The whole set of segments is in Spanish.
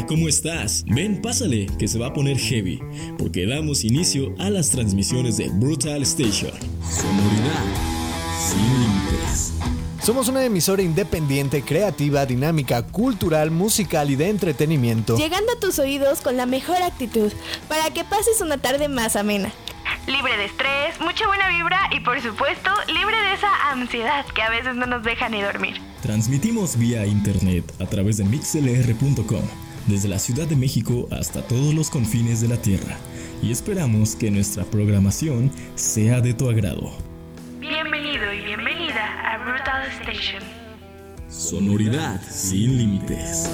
¿cómo estás? Ven, pásale, que se va a poner heavy, porque damos inicio a las transmisiones de Brutal Station. Sonoridad sin límites. Somos una emisora independiente, creativa, dinámica, cultural, musical y de entretenimiento. Llegando a tus oídos con la mejor actitud, para que pases una tarde más amena. Libre de estrés, mucha buena vibra y por supuesto, libre de esa ansiedad que a veces no nos deja ni dormir. Transmitimos vía internet a través de mixlr.com, desde la Ciudad de México hasta todos los confines de la Tierra, y esperamos que nuestra programación sea de tu agrado. Bienvenido y bienvenida a Brutal Station. Sonoridad sin límites.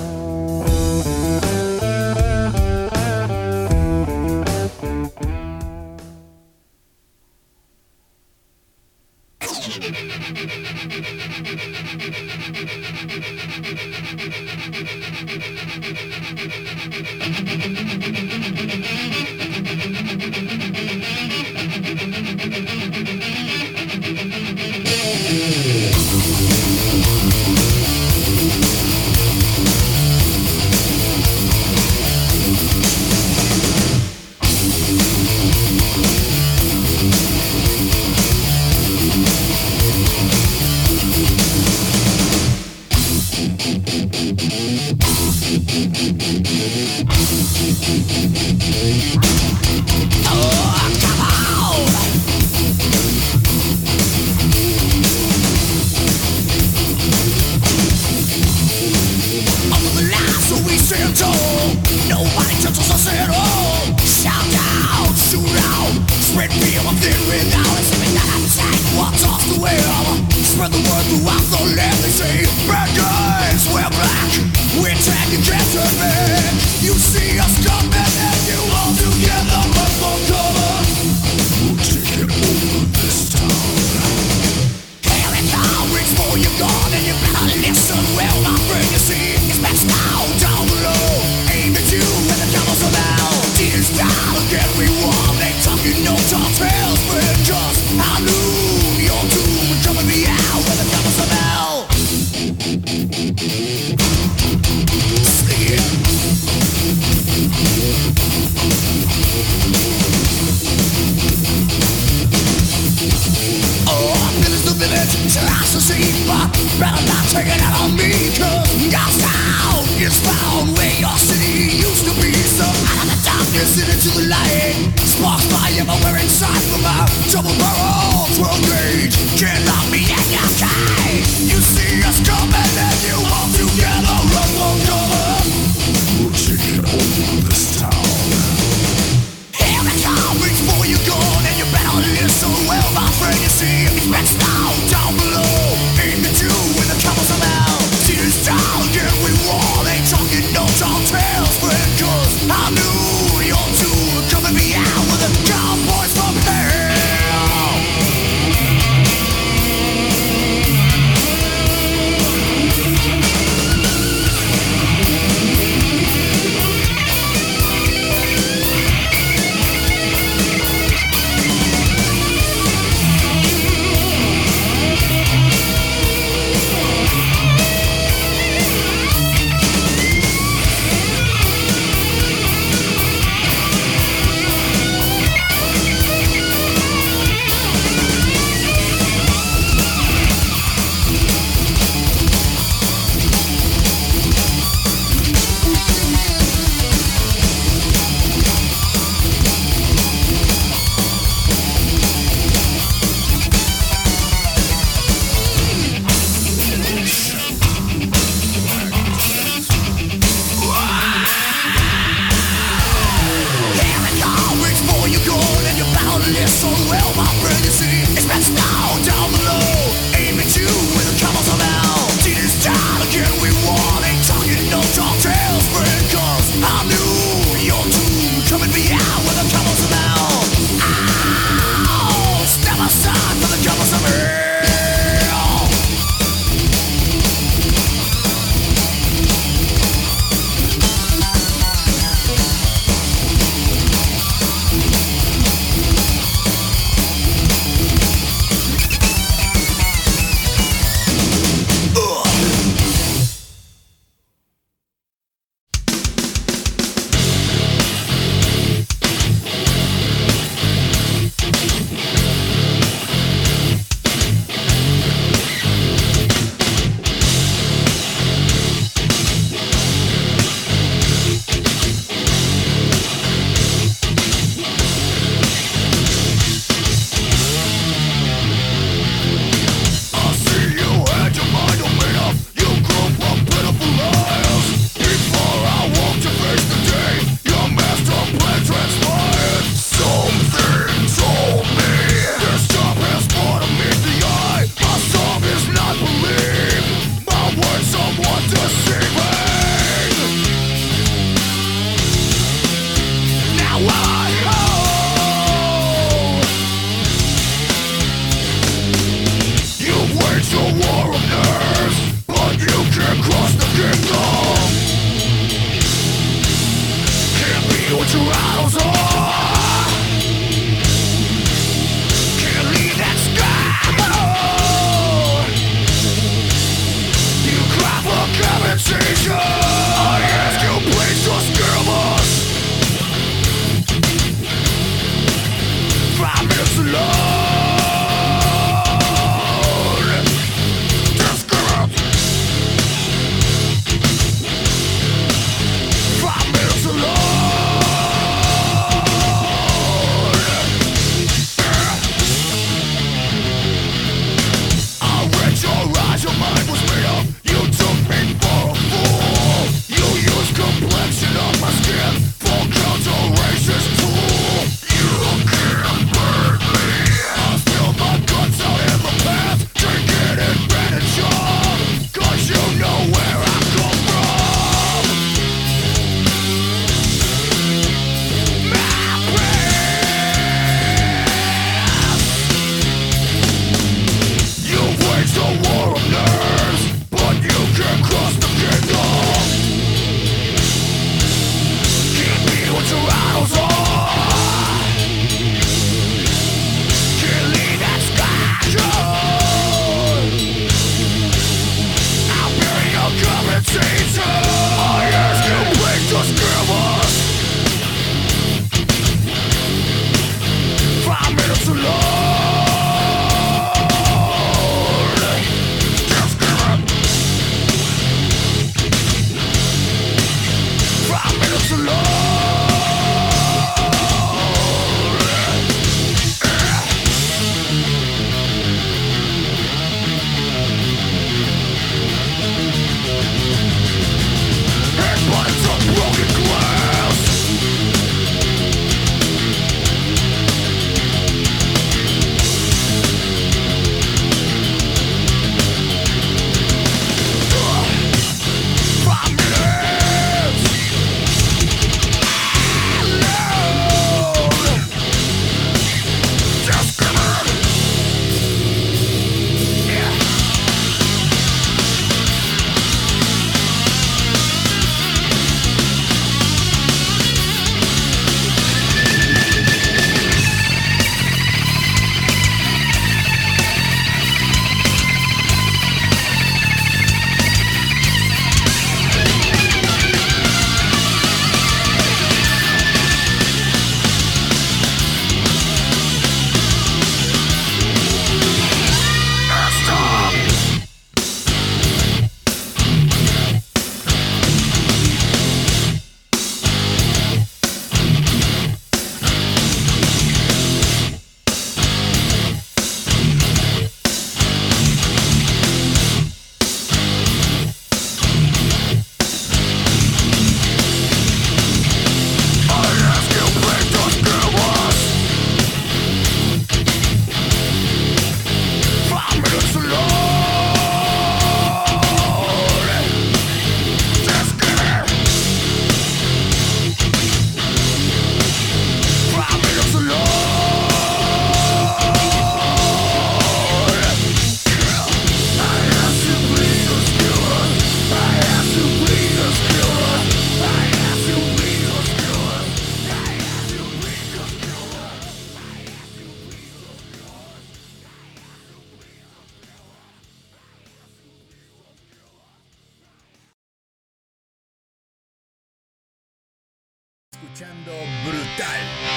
escuchando Brutal.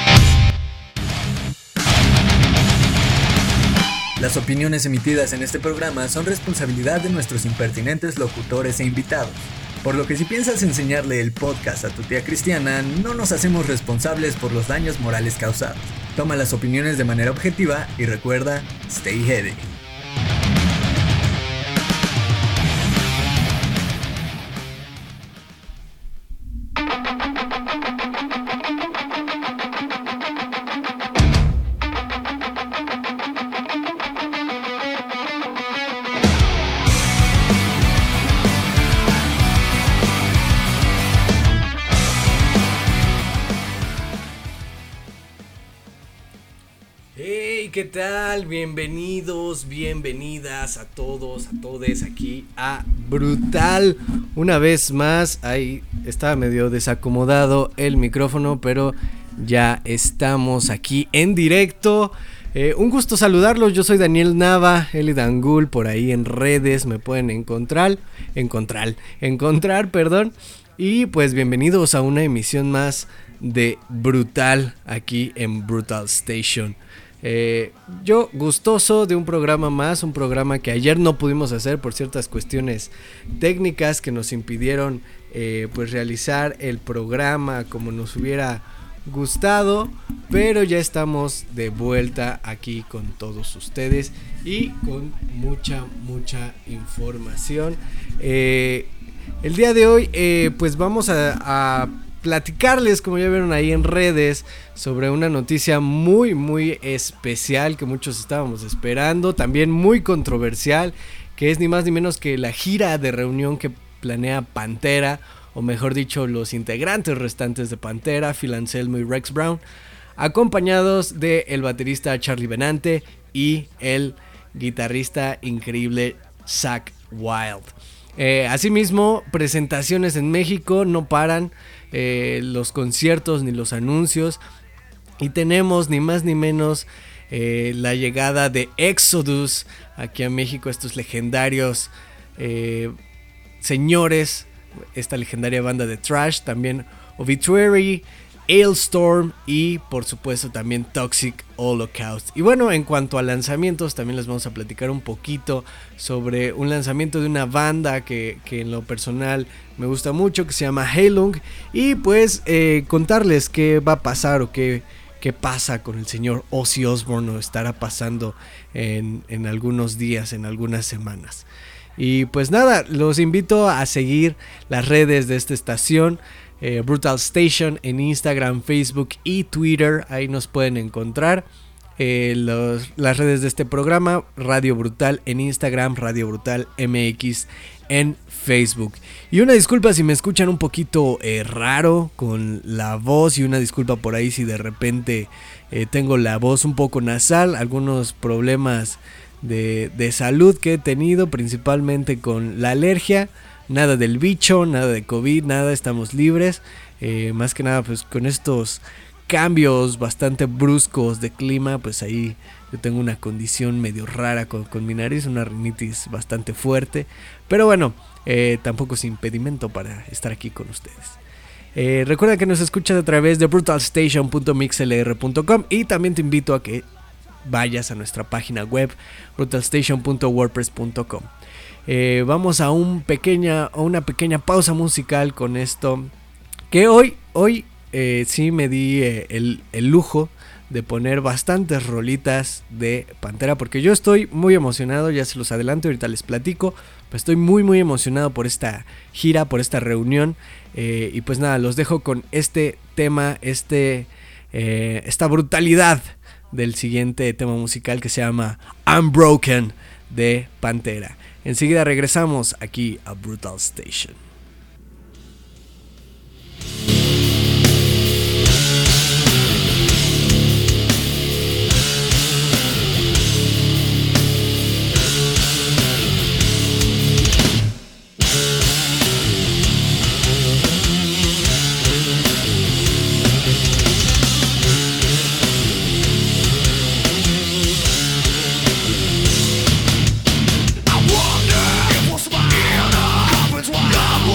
Las opiniones emitidas en este programa son responsabilidad de nuestros impertinentes locutores e invitados. Por lo que si piensas enseñarle el podcast a tu tía cristiana, no nos hacemos responsables por los daños morales causados. Toma las opiniones de manera objetiva y recuerda, stay heavy. ¿Qué tal? Bienvenidos, bienvenidas a todos, a todes aquí a Brutal. Una vez más, ahí estaba medio desacomodado el micrófono, pero ya estamos aquí en directo. Un gusto saludarlos, yo soy Daniel Nava, Eli Dangul, por ahí en redes me pueden encontrar, y pues bienvenidos a una emisión más de Brutal aquí en Brutal Station. Yo gustoso de un programa más, un programa que ayer no pudimos hacer por ciertas cuestiones técnicas que nos impidieron pues realizar el programa como nos hubiera gustado, pero ya estamos de vuelta aquí con todos ustedes y con mucha información. El día de hoy pues vamos a platicarles, como ya vieron ahí en redes, sobre una noticia muy especial que muchos estábamos esperando, también muy controversial, que es ni más ni menos que la gira de reunión que planea Pantera, o mejor dicho, los integrantes restantes de Pantera, Phil Anselmo y Rex Brown, acompañados de el baterista Charlie Benante y el guitarrista increíble Zakk Wylde. Asimismo, presentaciones en México, no paran los conciertos ni los anuncios, y tenemos ni más ni menos la llegada de Exodus aquí a México, estos legendarios señores, esta legendaria banda de thrash, también Obituary, Alestorm y por supuesto también Toxic Holocaust. Y bueno, en cuanto a lanzamientos, también les vamos a platicar un poquito sobre un lanzamiento de una banda que en lo personal me gusta mucho, que se llama Heilung, y pues contarles qué va a pasar o qué pasa con el señor Ozzy Osbourne, o estará pasando en algunos días, en algunas semanas. Y pues nada, los invito a seguir las redes de esta estación, Brutal Station, en Instagram, Facebook y Twitter. Ahí nos pueden encontrar las redes de este programa: Radio Brutal en Instagram, Radio Brutal MX en Facebook. Y una disculpa si me escuchan un poquito raro con la voz, y una disculpa por ahí si de repente tengo la voz un poco nasal, algunos problemas de salud que he tenido, principalmente con la alergia. Nada del bicho, nada de COVID, nada, estamos libres. Más que nada pues con estos cambios bastante bruscos de clima, pues ahí yo tengo una condición medio rara con mi nariz, una rinitis bastante fuerte, pero bueno, tampoco es impedimento para estar aquí con ustedes. Recuerda que nos escuchas a través de brutalstation.mixlr.com, y también te invito a que vayas a nuestra página web brutalstation.wordpress.com. Vamos a una pequeña pausa musical con esto, que hoy sí me di el lujo de poner bastantes rolitas de Pantera, porque yo estoy muy emocionado, ya se los adelanto, ahorita les platico, pero estoy muy emocionado por esta gira, por esta reunión, y pues nada, los dejo con este tema, esta brutalidad del siguiente tema musical, que se llama Unbroken de Pantera. Enseguida regresamos aquí a Brutal Station. I wonder if what's my conference, why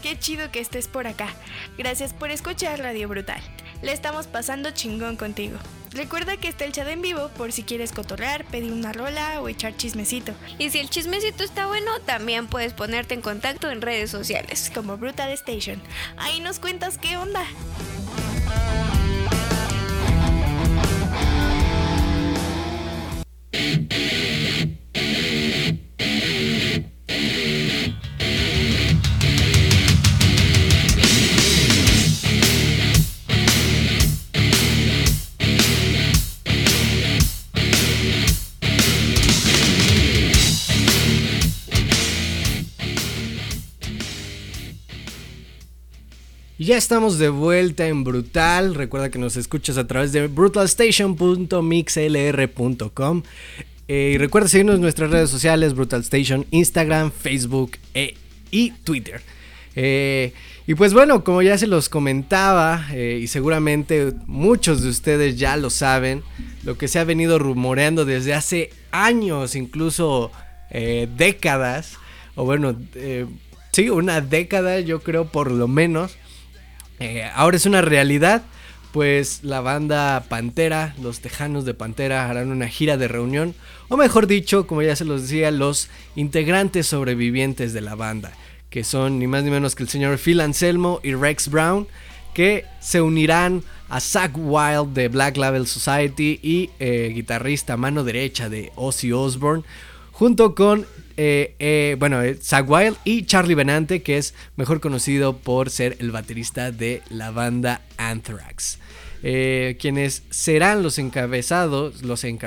qué chido que estés por acá. Gracias por escuchar Radio Brutal. Le estamos pasando chingón contigo. Recuerda que está el chat en vivo por si quieres cotorrear, pedir una rola o echar chismecito. Y si el chismecito está bueno, también puedes ponerte en contacto en redes sociales como Brutal Station. Ahí nos cuentas qué onda. Y ya estamos de vuelta en Brutal. Recuerda que nos escuchas a través de brutalstation.mixlr.com. Y recuerda seguirnos en nuestras redes sociales: Brutal Station, Instagram, Facebook y Twitter. Y pues bueno, como ya se los comentaba, y seguramente muchos de ustedes ya lo saben, lo que se ha venido rumoreando desde hace años, incluso décadas, o bueno, sí, una década yo creo por lo menos. Ahora es una realidad, pues la banda Pantera, los tejanos de Pantera, harán una gira de reunión, o mejor dicho, como ya se los decía, los integrantes sobrevivientes de la banda, que son ni más ni menos que el señor Phil Anselmo y Rex Brown, que se unirán a Zakk Wylde de Black Label Society y guitarrista mano derecha de Ozzy Osbourne, junto con Zakk Wylde y Charlie Benante, que es mejor conocido por ser el baterista de la banda Anthrax, quienes serán los encargados,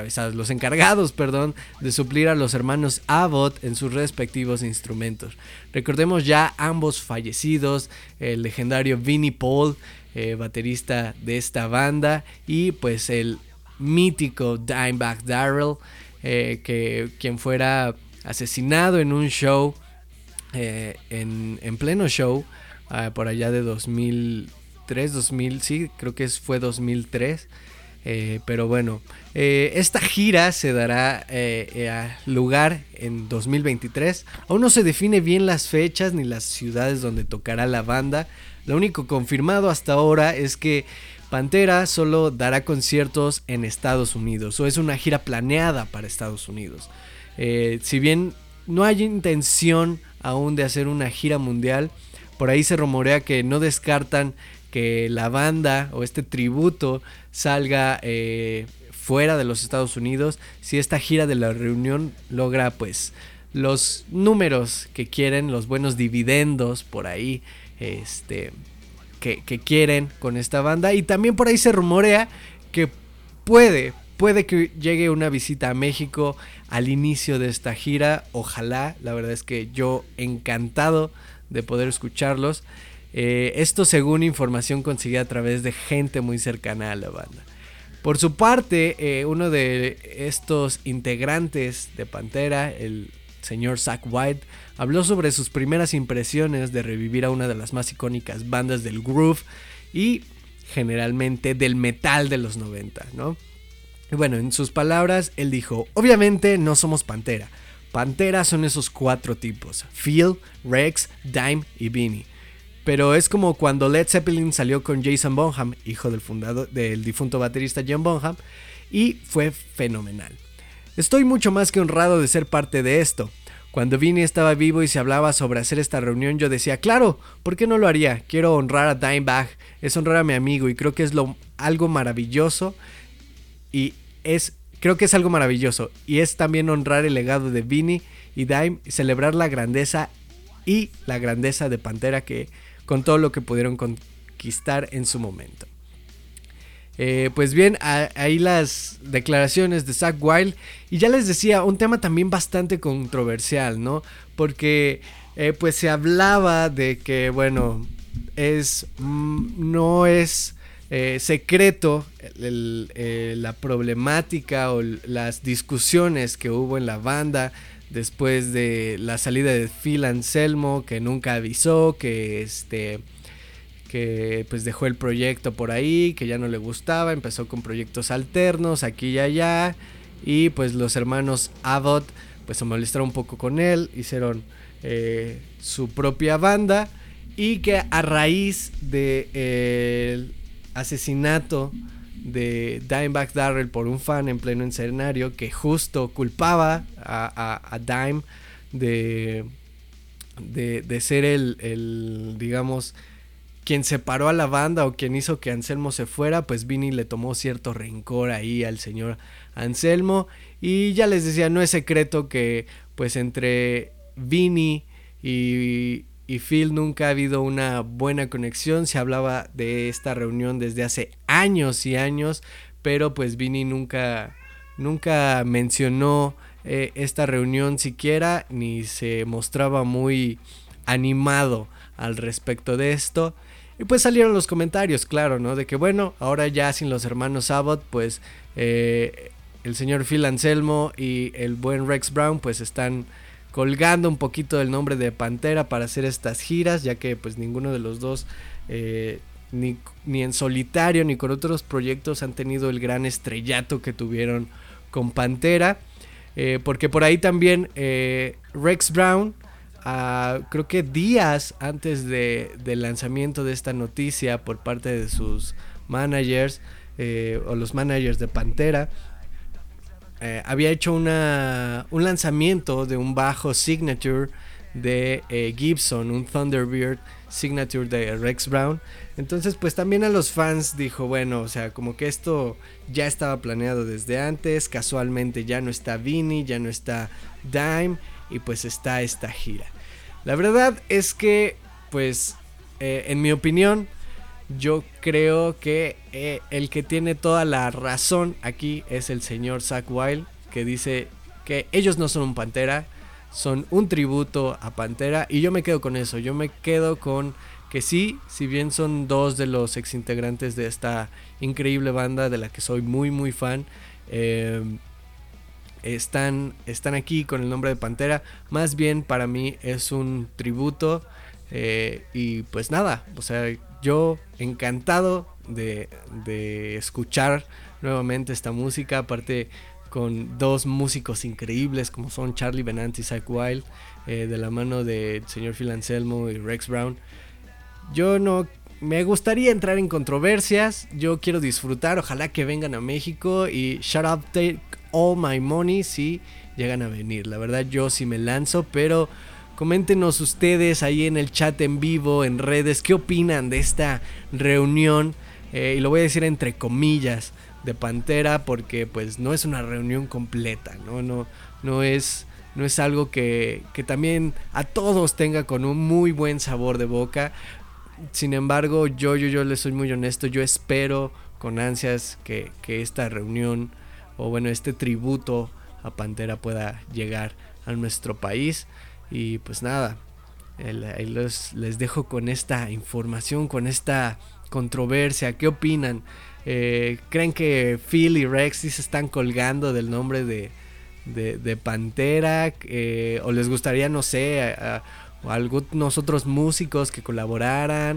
de suplir a los hermanos Abbott en sus respectivos instrumentos. Recordemos ya ambos fallecidos, el legendario Vinnie Paul, baterista de esta banda, y pues el mítico Dimebag Darrell, quien fuera asesinado en un show, en pleno show, por allá de 2003, sí, creo que fue 2003. Pero bueno, esta gira se dará lugar en 2023. Aún no se define bien las fechas ni las ciudades donde tocará la banda. Lo único confirmado hasta ahora es que Pantera solo dará conciertos en Estados Unidos, o es una gira planeada para Estados Unidos. Si bien no hay intención aún de hacer una gira mundial, por ahí se rumorea que no descartan que la banda o este tributo salga fuera de los Estados Unidos, si esta gira de la reunión logra pues los números que quieren, los buenos dividendos por ahí que quieren con esta banda. Y también por ahí se rumorea que puede que llegue una visita a México al inicio de esta gira. Ojalá, la verdad es que yo encantado de poder escucharlos. Esto según información conseguida a través de gente muy cercana a la banda. Por su parte, uno de estos integrantes de Pantera, el señor Zakk Wylde, habló sobre sus primeras impresiones de revivir a una de las más icónicas bandas del groove y generalmente del metal de los 90, ¿no? Y bueno, en sus palabras, él dijo: obviamente no somos Pantera. Pantera son esos 4 tipos: Phil, Rex, Dime y Vinnie. Pero es como cuando Led Zeppelin salió con Jason Bonham, hijo del difunto baterista John Bonham, y fue fenomenal. Estoy mucho más que honrado de ser parte de esto. Cuando Vinnie estaba vivo y se hablaba sobre hacer esta reunión, yo decía, claro, ¿por qué no lo haría? Quiero honrar a Dimebag, es honrar a mi amigo, y creo que es algo maravilloso, creo que es algo maravilloso, y es también honrar el legado de Vinnie y Dime, y celebrar la grandeza de Pantera, que con todo lo que pudieron conquistar en su momento. Pues bien, ahí las declaraciones de Zakk Wylde. Y ya les decía, un tema también bastante controversial, ¿no? Porque pues se hablaba de que, bueno, no es secreto la problemática o las discusiones que hubo en la banda después de la salida de Phil Anselmo, que nunca avisó, que pues dejó el proyecto por ahí, que ya no le gustaba, empezó con proyectos alternos aquí y allá, y pues los hermanos Abbott pues se molestaron un poco con él, hicieron su propia banda, y que a raíz del asesinato de Dimebag Darrell por un fan en pleno escenario, que justo culpaba a Dime de ser el digamos, quien separó a la banda o quien hizo que Anselmo se fuera, pues Vinny le tomó cierto rencor ahí al señor Anselmo. Y ya les decía, no es secreto que pues entre Vinny y Phil nunca ha habido una buena conexión. Se hablaba de esta reunión desde hace años y años, pero pues Vinny nunca mencionó esta reunión siquiera, ni se mostraba muy animado al respecto de esto. Y pues salieron los comentarios, claro, ¿no? De que bueno, ahora ya sin los hermanos Abbott, pues el señor Phil Anselmo y el buen Rex Brown pues están colgando un poquito del nombre de Pantera para hacer estas giras, ya que pues ninguno de los dos ni en solitario ni con otros proyectos han tenido el gran estrellato que tuvieron con Pantera, porque por ahí también Rex Brown, creo que días antes del lanzamiento de esta noticia por parte de sus managers o los managers de Pantera, había hecho un lanzamiento de un bajo signature de Gibson, un Thunderbird signature de Rex Brown. Entonces pues también a los fans dijo, bueno, o sea, como que esto ya estaba planeado desde antes, casualmente ya no está Vinny, ya no está Dime, y pues está esta gira. La verdad es que pues en mi opinión, yo creo que el que tiene toda la razón aquí es el señor Zakk Wylde, que dice que ellos no son un Pantera, son un tributo a Pantera, y yo me quedo con eso. Yo me quedo con que sí, si bien son dos de los exintegrantes de esta increíble banda de la que soy muy muy fan, están aquí con el nombre de Pantera, más bien para mí es un tributo, y pues nada, o sea, yo encantado de escuchar nuevamente esta música, aparte con dos músicos increíbles como son Charlie Benante y Zakk Wylde, de la mano del señor Phil Anselmo y Rex Brown. Yo no me gustaría entrar en controversias, yo quiero disfrutar, ojalá que vengan a México y shut up, take all my money si llegan a venir. La verdad yo sí me lanzo, pero coméntenos ustedes ahí en el chat en vivo, en redes, qué opinan de esta reunión, y lo voy a decir entre comillas, de Pantera, porque pues no es una reunión completa, no es algo que también a todos tenga con un muy buen sabor de boca. Sin embargo, yo les soy muy honesto, yo espero con ansias que esta reunión, o bueno, este tributo a Pantera pueda llegar a nuestro país. Y pues nada, les dejo con esta información, con esta controversia. ¿Qué opinan? ¿Creen que Phil y Rex sí se están colgando del nombre de Pantera? ¿O les gustaría, no sé, o algunos otros músicos que colaboraran,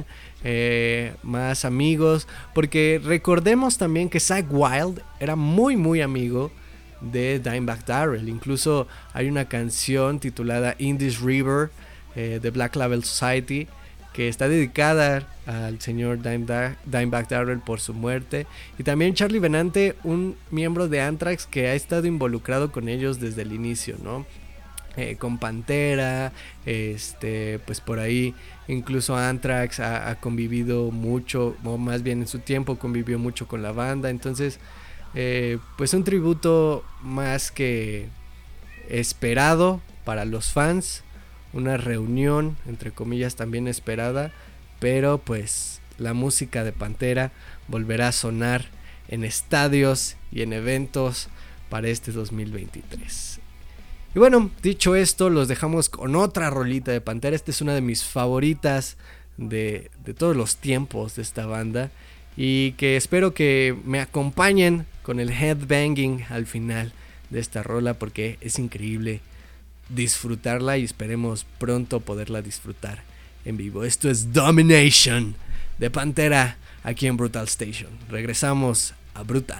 más amigos? Porque recordemos también que Zakk Wylde era muy muy amigo de Dimebag Darrell. Incluso hay una canción titulada In This River de Black Label Society que está dedicada al señor Dimebag Darrell por su muerte. Y también Charlie Benante, un miembro de Anthrax que ha estado involucrado con ellos desde el inicio, ¿no? Con Pantera, pues por ahí incluso Anthrax ha convivido mucho, o más bien en su tiempo convivió mucho con la banda. Entonces pues un tributo más que esperado para los fans, una reunión entre comillas también esperada, pero pues la música de Pantera volverá a sonar en estadios y en eventos para este 2023. Y bueno, dicho esto, los dejamos con otra rolita de Pantera. Esta es una de mis favoritas de todos los tiempos de esta banda, y que espero que me acompañen con el headbanging al final de esta rola, porque es increíble disfrutarla y esperemos pronto poderla disfrutar en vivo. Esto es Domination de Pantera aquí en Brutal Station. Regresamos a Brutal.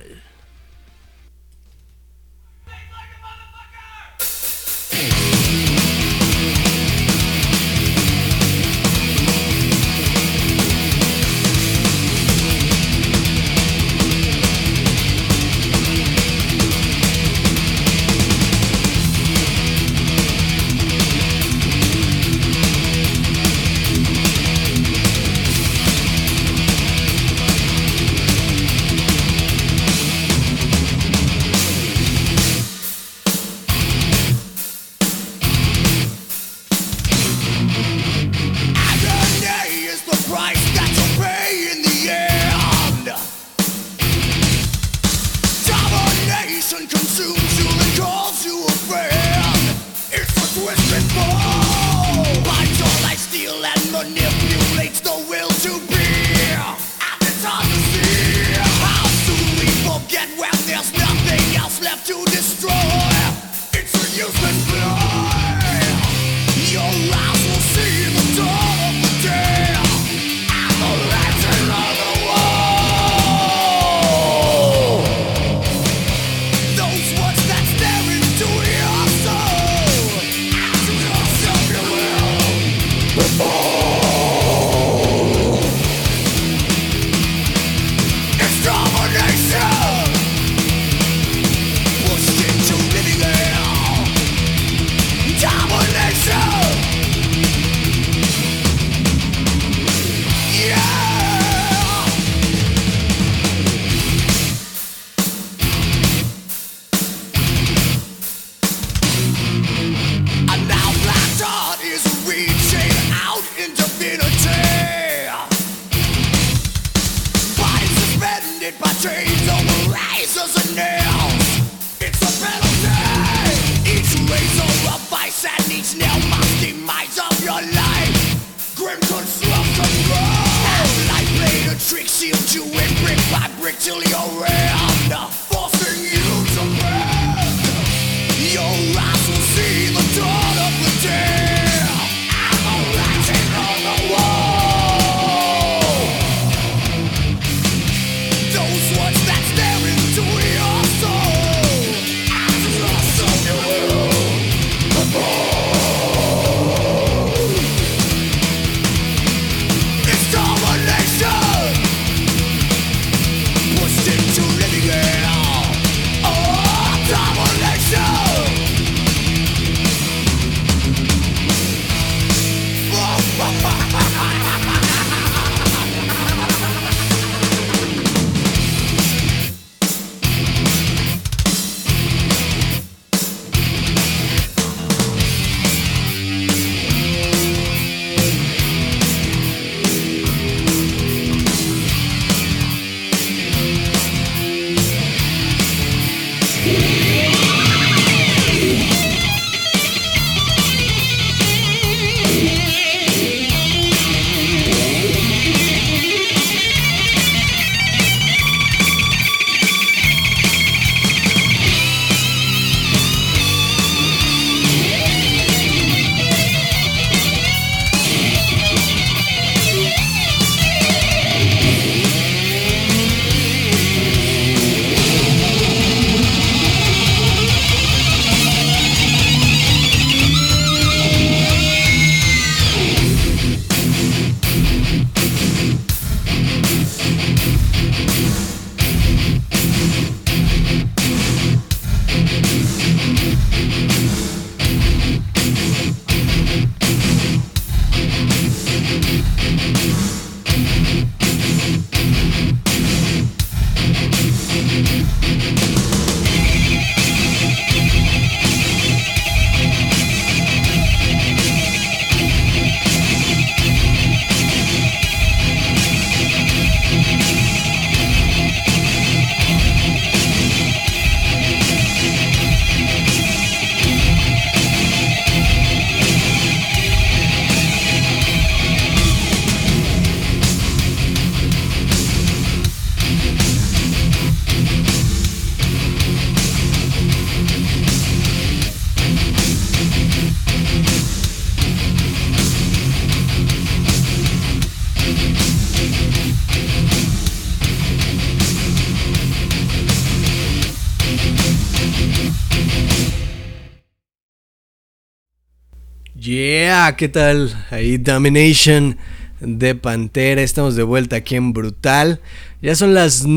Yeah, ¿qué tal? Ahí Domination de Pantera. Estamos de vuelta aquí en Brutal. Ya son las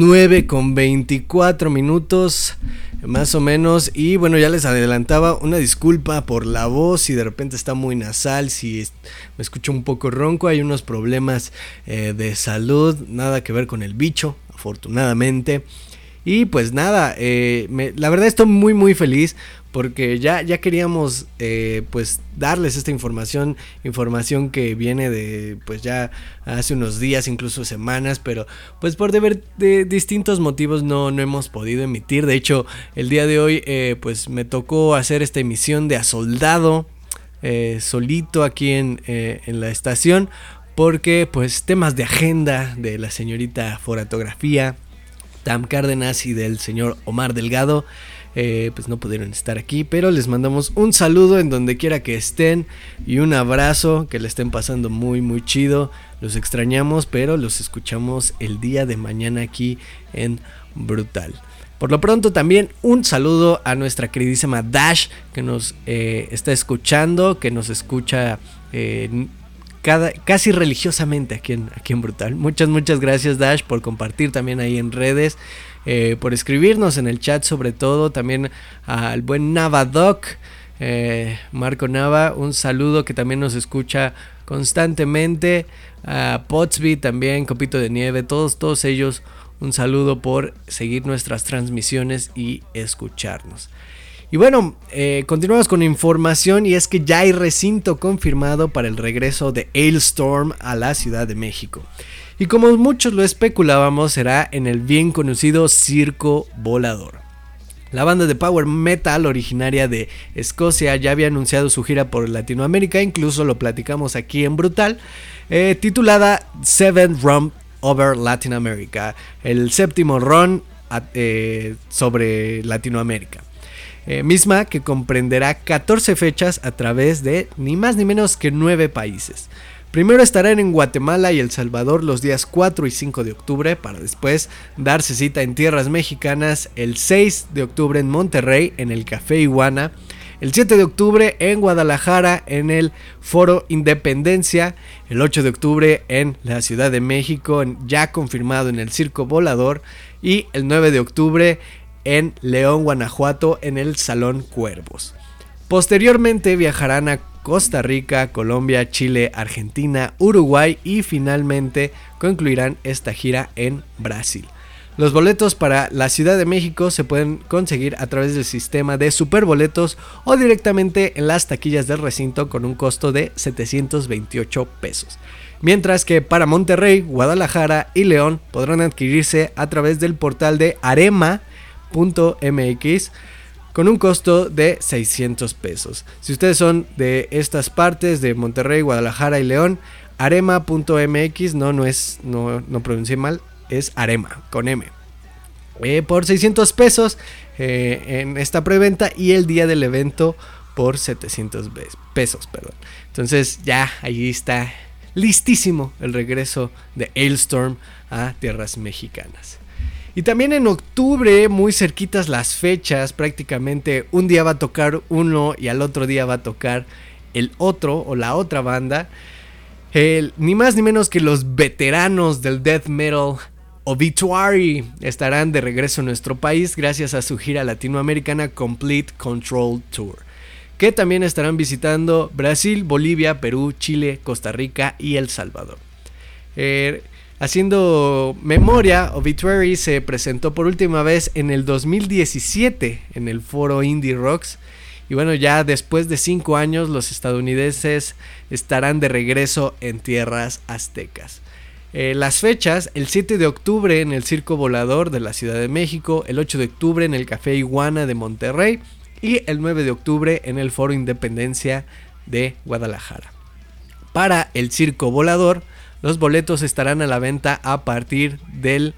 9:24 más o menos. Y bueno, ya les adelantaba una disculpa por la voz. Si de repente está muy nasal, si me escucho un poco ronco, hay unos problemas de salud. Nada que ver con el bicho, afortunadamente. Y pues nada, la verdad estoy muy feliz porque ya queríamos pues darles esta información que viene de pues ya hace unos días, incluso semanas, pero pues por de distintos motivos no hemos podido emitir. De hecho, el día de hoy pues me tocó hacer esta emisión de A Soldado solito aquí en la estación, porque pues temas de agenda de la señorita Foratografía Tam Cárdenas y del señor Omar Delgado pues no pudieron estar aquí, pero les mandamos un saludo en donde quiera que estén y un abrazo, que le estén pasando muy chido. Los extrañamos, pero los escuchamos el día de mañana aquí en Brutal. Por lo pronto también un saludo a nuestra queridísima Dash, que nos está escuchando, que nos escucha casi religiosamente aquí en Brutal. Muchas gracias, Dash, por compartir también ahí en redes, por escribirnos en el chat, sobre todo también al buen Navadoc, Marco Nava, un saludo, que también nos escucha constantemente, a Potsby también, Copito de Nieve, todos ellos, un saludo por seguir nuestras transmisiones y escucharnos. Y bueno, continuamos con información, y es que ya hay recinto confirmado para el regreso de Halestorm a la Ciudad de México. Y como muchos lo especulábamos, será en el bien conocido Circo Volador. La banda de power metal originaria de Escocia ya había anunciado su gira por Latinoamérica, incluso lo platicamos aquí en Brutal, titulada Seven Run Over Latin America, el séptimo run sobre Latinoamérica. Misma que comprenderá 14 fechas a través de ni más ni menos que 9 países. Primero estarán en Guatemala y El Salvador los días 4 y 5 de octubre, para después darse cita en tierras mexicanas el 6 de octubre en Monterrey en el Café Iguana, el 7 de octubre en Guadalajara en el Foro Independencia, el 8 de octubre en la Ciudad de México ya confirmado en el Circo Volador, y el 9 de octubre en León, Guanajuato en el Salón Cuervos. Posteriormente viajarán a Costa Rica, Colombia, Chile, Argentina, Uruguay y finalmente concluirán esta gira en Brasil. Los boletos para la Ciudad de México se pueden conseguir a través del sistema de Superboletos o directamente en las taquillas del recinto con un costo de 728 pesos. Mientras que para Monterrey, Guadalajara y León podrán adquirirse a través del portal de arema.mx con un costo de 600 pesos. Si ustedes son de estas partes de Monterrey, Guadalajara y León, arema.mx, no pronuncié mal, es Arema con M. Por 600 pesos en esta preventa, y el día del evento por 700 pesos, perdón. Entonces ya ahí está listísimo el regreso de Halestorm a tierras mexicanas. Y también en octubre, muy cerquitas las fechas, prácticamente un día va a tocar uno y al otro día va a tocar el otro o la otra banda. Ni más ni menos que los veteranos del death metal Obituary estarán de regreso en nuestro país gracias a su gira latinoamericana Complete Control Tour, que también estarán visitando Brasil, Bolivia, Perú, Chile, Costa Rica y El Salvador. Haciendo memoria, Obituary se presentó por última vez en el 2017 en el foro Indie Rocks. Y bueno, ya después de 5 años los estadounidenses estarán de regreso en tierras aztecas. Las fechas: el 7 de octubre en el Circo Volador de la Ciudad de México, el 8 de octubre en el Café Iguana de Monterrey y el 9 de octubre en el Foro Independencia de Guadalajara. Para el Circo Volador, los boletos estarán a la venta a partir en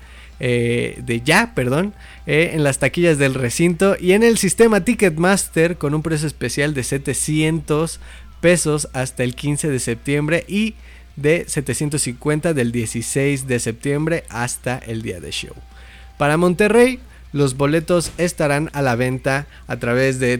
las taquillas del recinto y en el sistema Ticketmaster con un precio especial de 700 pesos hasta el 15 de septiembre y de 750 del 16 de septiembre hasta el día de show. Para Monterrey, Los boletos estarán a la venta a través de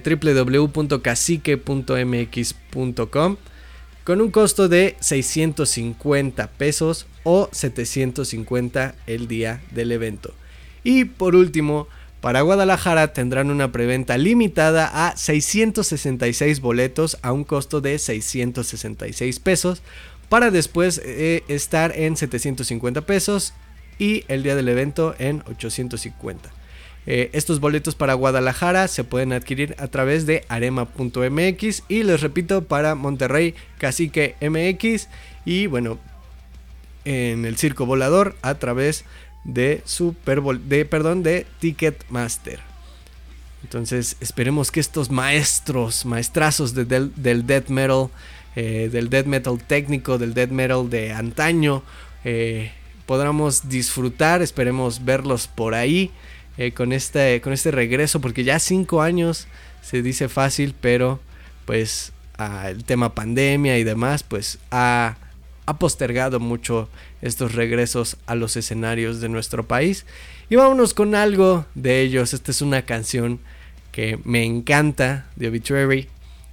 www.cacique.mx.com con un costo de 650 pesos o 750 el día del evento. Y por último, para Guadalajara tendrán una preventa limitada a 666 boletos a un costo de 666 pesos para después estar en 750 pesos y el día del evento en 850. Estos boletos para Guadalajara se pueden adquirir a través de arema.mx y les repito, para Monterrey, Cacique MX y bueno, en el Circo Volador a través de de Ticketmaster. Entonces esperemos que estos maestrazos del death metal, del death metal técnico, del death metal de antaño, podamos disfrutar, esperemos verlos por ahí. Con este regreso, porque ya 5 años se dice fácil, pero pues el tema pandemia y demás pues ha postergado mucho estos regresos a los escenarios de nuestro país. Y vámonos con algo de ellos. Esta es una canción que me encanta, de Obituary.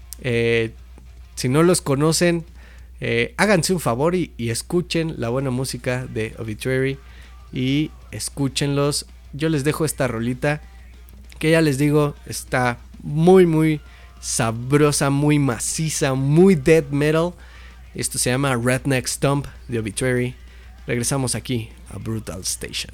Si no los conocen, háganse un favor y escuchen la buena música de Obituary y escúchenlos. Yo les dejo esta rolita que ya les digo está muy muy sabrosa, muy maciza, muy death metal. Esto se llama Redneck Stomp de Obituary. Regresamos aquí a Brutal Station.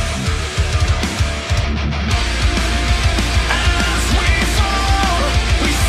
We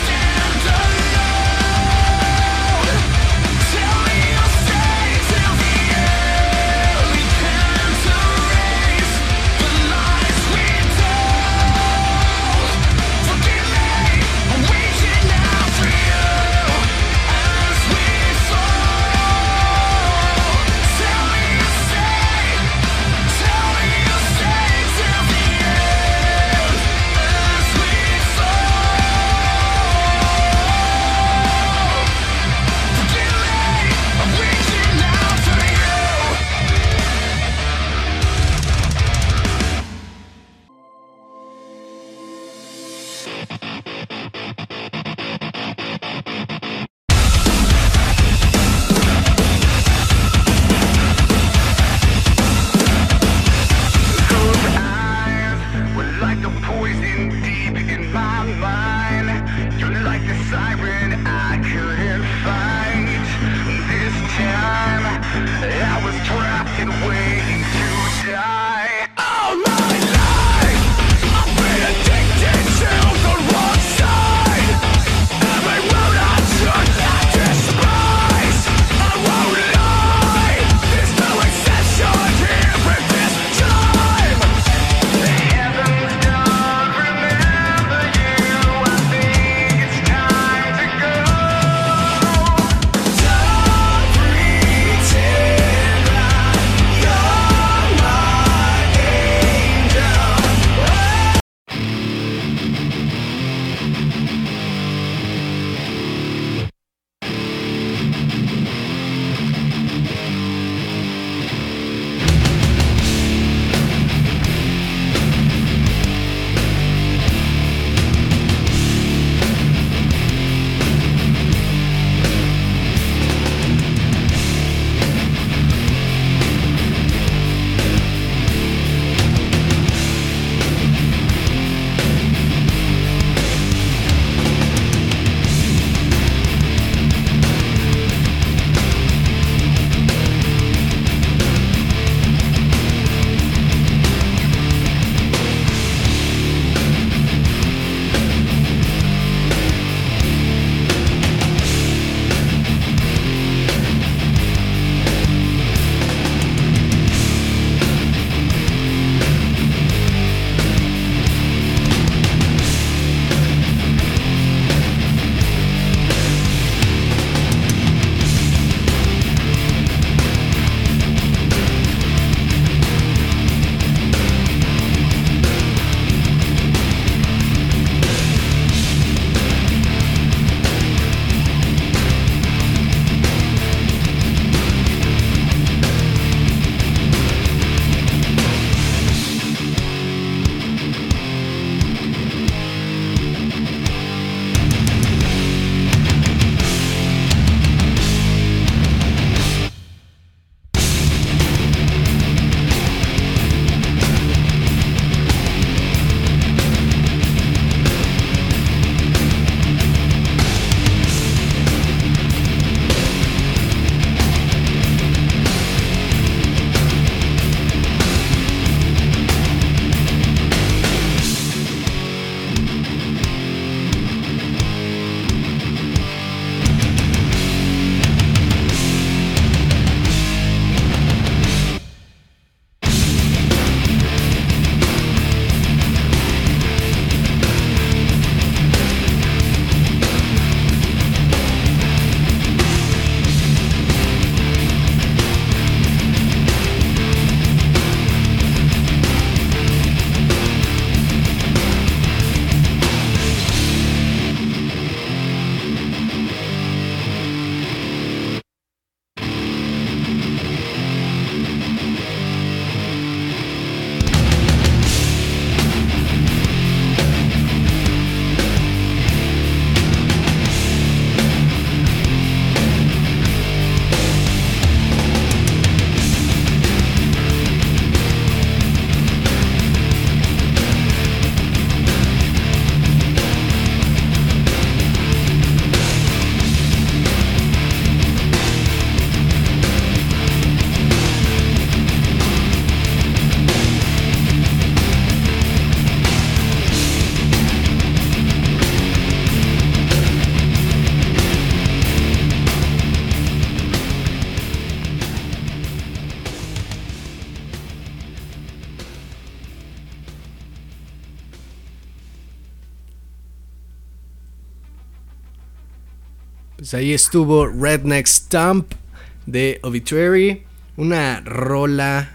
Pues ahí estuvo Redneck Stomp de Obituary, una rola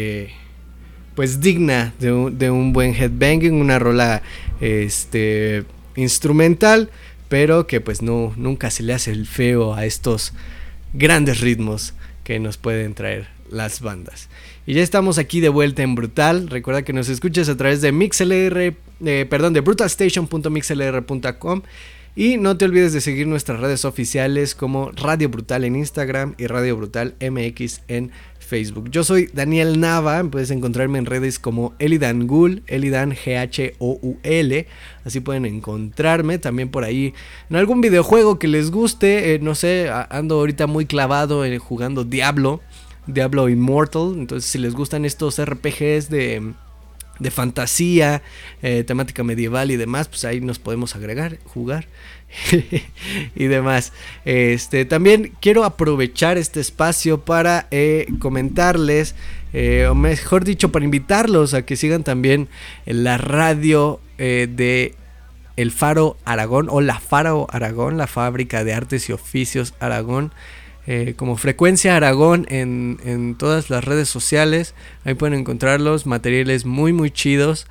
pues digna de un buen headbanging, una rola instrumental, pero que pues nunca se le hace el feo a estos grandes ritmos que nos pueden traer las bandas. Y ya estamos aquí de vuelta en Brutal. Recuerda que nos escuches a través de de brutalstation.mixlr.com. Y no te olvides de seguir nuestras redes oficiales como Radio Brutal en Instagram y Radio Brutal MX en Facebook. Yo soy Daniel Nava, puedes encontrarme en redes como Elidan Ghoul, Elidan GHOUL, así pueden encontrarme. También por ahí en algún videojuego que les guste, no sé, ando ahorita muy clavado jugando Diablo Immortal, entonces si les gustan estos RPGs de fantasía, temática medieval y demás, pues ahí nos podemos jugar y demás. También quiero aprovechar este espacio para comentarles, o mejor dicho, para invitarlos a que sigan también la radio de El Faro Aragón, o la Faro Aragón, la Fábrica de Artes y Oficios Aragón. Como Frecuencia Aragón en todas las redes sociales. Ahí pueden encontrar los materiales muy muy chidos,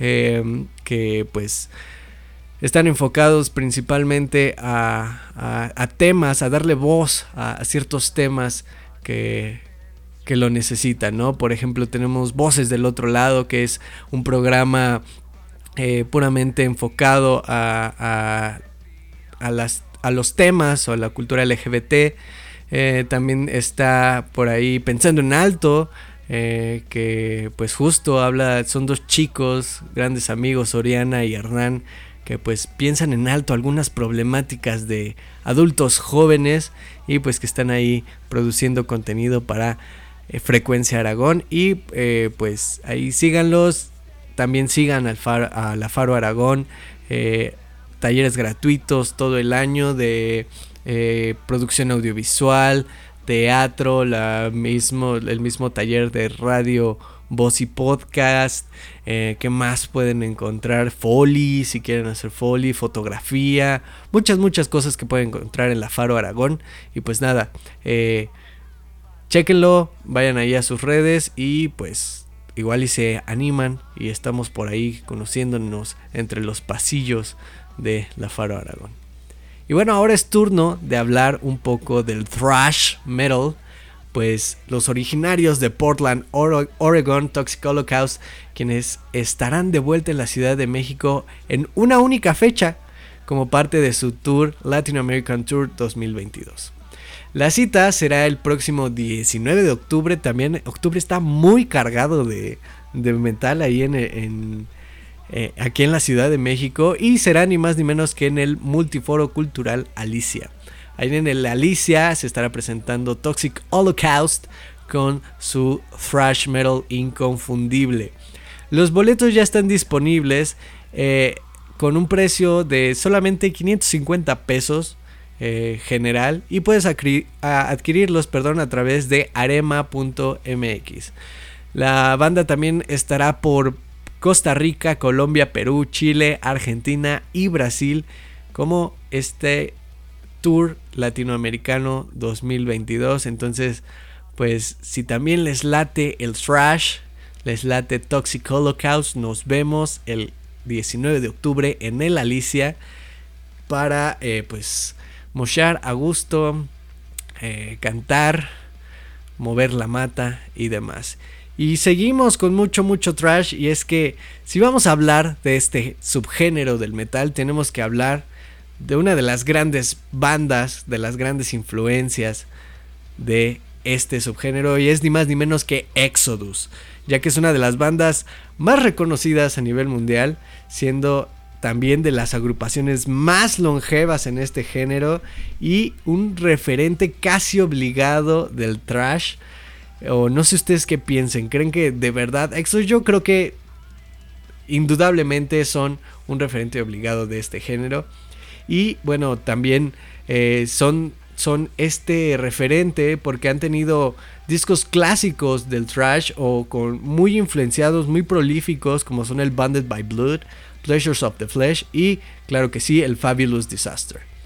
que pues están enfocados principalmente a temas, a darle voz a ciertos temas que lo necesitan, ¿no? Por ejemplo, tenemos Voces del Otro Lado, que es un programa puramente enfocado a los temas o a la cultura LGBT. También está por ahí Pensando en Alto, que pues justo son dos chicos, grandes amigos, Oriana y Hernán, que pues piensan en alto algunas problemáticas de adultos jóvenes y pues que están ahí produciendo contenido para Frecuencia Aragón. Y pues ahí síganlos, también sigan a la Faro Aragón, talleres gratuitos todo el año de producción audiovisual, teatro, el mismo taller de radio, voz y podcast. ¿Qué más pueden encontrar? Foley, si quieren hacer foley, fotografía, muchas cosas que pueden encontrar en la Faro Aragón. Y pues nada, chéquenlo, vayan ahí a sus redes y pues igual y se animan y estamos por ahí conociéndonos entre los pasillos de la Faro Aragón. Y bueno, ahora es turno de hablar un poco del thrash metal, pues los originarios de Portland, Oregon, Toxic Holocaust, quienes estarán de vuelta en la Ciudad de México en una única fecha como parte de su tour Latin American Tour 2022. La cita será el próximo 19 de octubre, también octubre está muy cargado de metal ahí aquí en la Ciudad de México, y será ni más ni menos que en el Multiforo Cultural Alicia. Ahí en el Alicia se estará presentando Toxic Holocaust con su thrash metal inconfundible. Los boletos ya están disponibles con un precio de solamente 550 pesos general, y puedes adquirirlos a través de arema.mx. La banda también estará por Costa Rica, Colombia, Perú, Chile, Argentina y Brasil como este Tour Latinoamericano 2022. Entonces, pues si también les late el thrash, les late Toxic Holocaust, nos vemos el 19 de octubre en el Alicia para pues moshar a gusto, cantar, mover la mata y demás. Y seguimos con mucho thrash, y es que si vamos a hablar de este subgénero del metal, tenemos que hablar de una de las grandes bandas, de las grandes influencias de este subgénero, y es ni más ni menos que Exodus, ya que es una de las bandas más reconocidas a nivel mundial, siendo también de las agrupaciones más longevas en este género y un referente casi obligado del thrash. O no sé ustedes qué piensen, ¿creen que de verdad Exodus? Yo creo que indudablemente son un referente obligado de este género. Y bueno, también son este referente porque han tenido discos clásicos del thrash o muy influenciados, muy prolíficos, como son el Bonded by Blood, Pleasures of the Flesh y claro que sí, el Fabulous Disaster.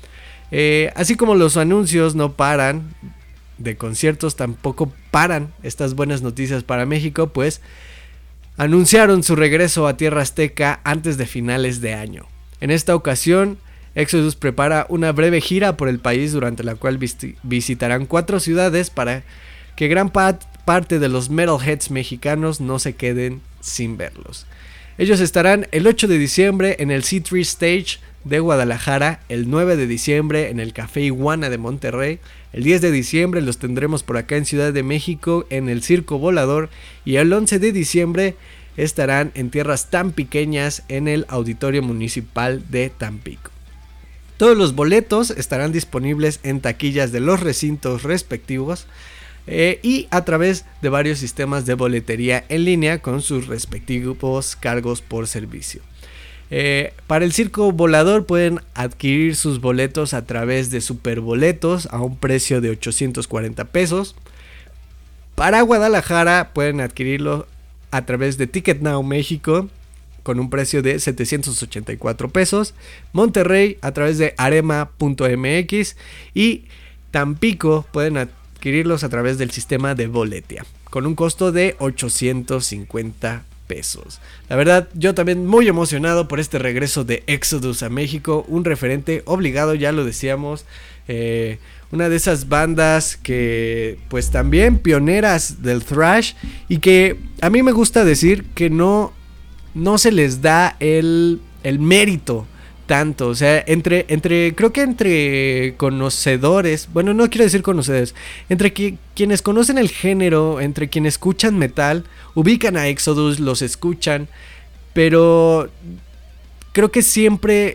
Así como los anuncios no paran de conciertos, tampoco paran estas buenas noticias para México, pues anunciaron su regreso a Tierra Azteca antes de finales de año. En esta ocasión, Exodus prepara una breve gira por el país durante la cual visitarán 4 ciudades para que gran parte de los metalheads mexicanos no se queden sin verlos. Ellos estarán el 8 de diciembre en el C3 Stage de Guadalajara, el 9 de diciembre en el Café Iguana de Monterrey, el 10 de diciembre los tendremos por acá en Ciudad de México en el Circo Volador y el 11 de diciembre estarán en tierras tan pequeñas en el Auditorio Municipal de Tampico. Todos los boletos estarán disponibles en taquillas de los recintos respectivos y a través de varios sistemas de boletería en línea con sus respectivos cargos por servicio. Para el Circo Volador pueden adquirir sus boletos a través de Superboletos a un precio de 840 pesos. Para Guadalajara pueden adquirirlo a través de Ticket Now México con un precio de 784 pesos. Monterrey a través de arema.mx y Tampico pueden adquirirlos a través del sistema de Boletia con un costo de 850 pesos. La verdad, yo también muy emocionado por este regreso de Exodus a México, un referente obligado, ya lo decíamos, una de esas bandas que pues también pioneras del thrash y que a mí me gusta decir que no se les da el mérito tanto, o sea, creo que entre conocedores, bueno, no quiero decir conocedores, entre quienes conocen el género, entre quienes escuchan metal, ubican a Exodus, los escuchan, pero creo que siempre,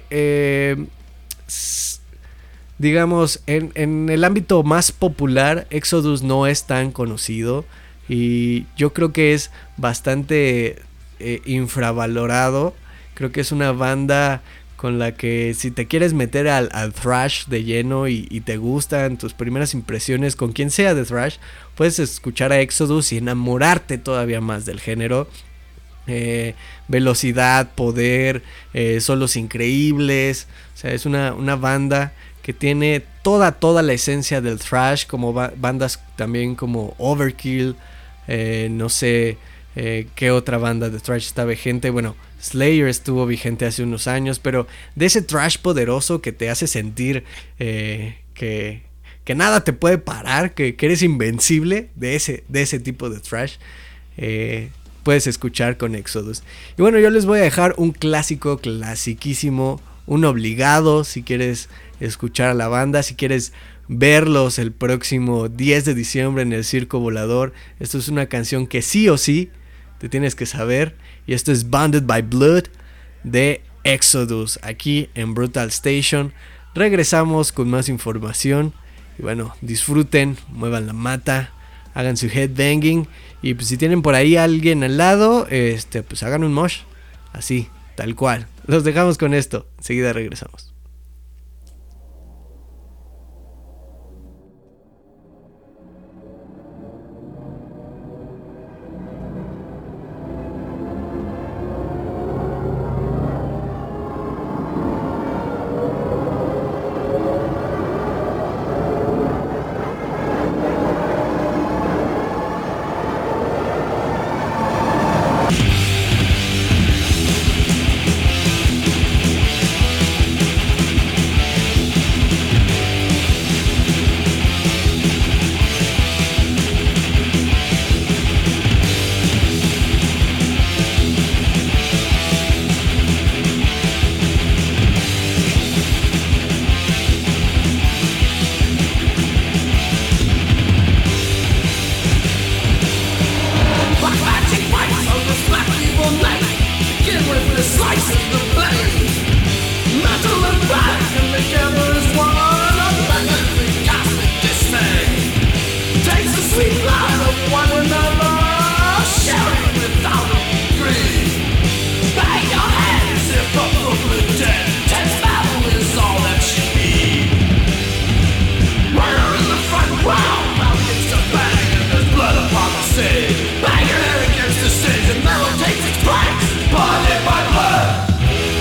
digamos, en el ámbito más popular, Exodus no es tan conocido y yo creo que es bastante infravalorado. Creo que es una banda con la que si te quieres meter al thrash de lleno y te gustan tus primeras impresiones con quien sea de thrash, puedes escuchar a Exodus y enamorarte todavía más del género. Velocidad, poder, solos increíbles, o sea, es una banda que tiene toda la esencia del thrash, como bandas también como Overkill, no sé qué otra banda de thrash está vigente. Bueno, Slayer estuvo vigente hace unos años, pero de ese thrash poderoso que te hace sentir que nada te puede parar, que eres invencible, de ese tipo de thrash, puedes escuchar con Exodus. Y bueno, yo les voy a dejar un clásico, clasiquísimo, un obligado si quieres escuchar a la banda, si quieres verlos el próximo 10 de diciembre en el Circo Volador. Esto es una canción que sí o sí te tienes que saber, y esto es Bounded by Blood de Exodus, aquí en Brutal Station. Regresamos con más información y bueno, disfruten, muevan la mata, hagan su headbanging y pues si tienen por ahí a alguien al lado, pues hagan un mosh, así, tal cual. Los dejamos con esto, enseguida regresamos. Bang your head against the stage and metal takes its place. Bonded by blood.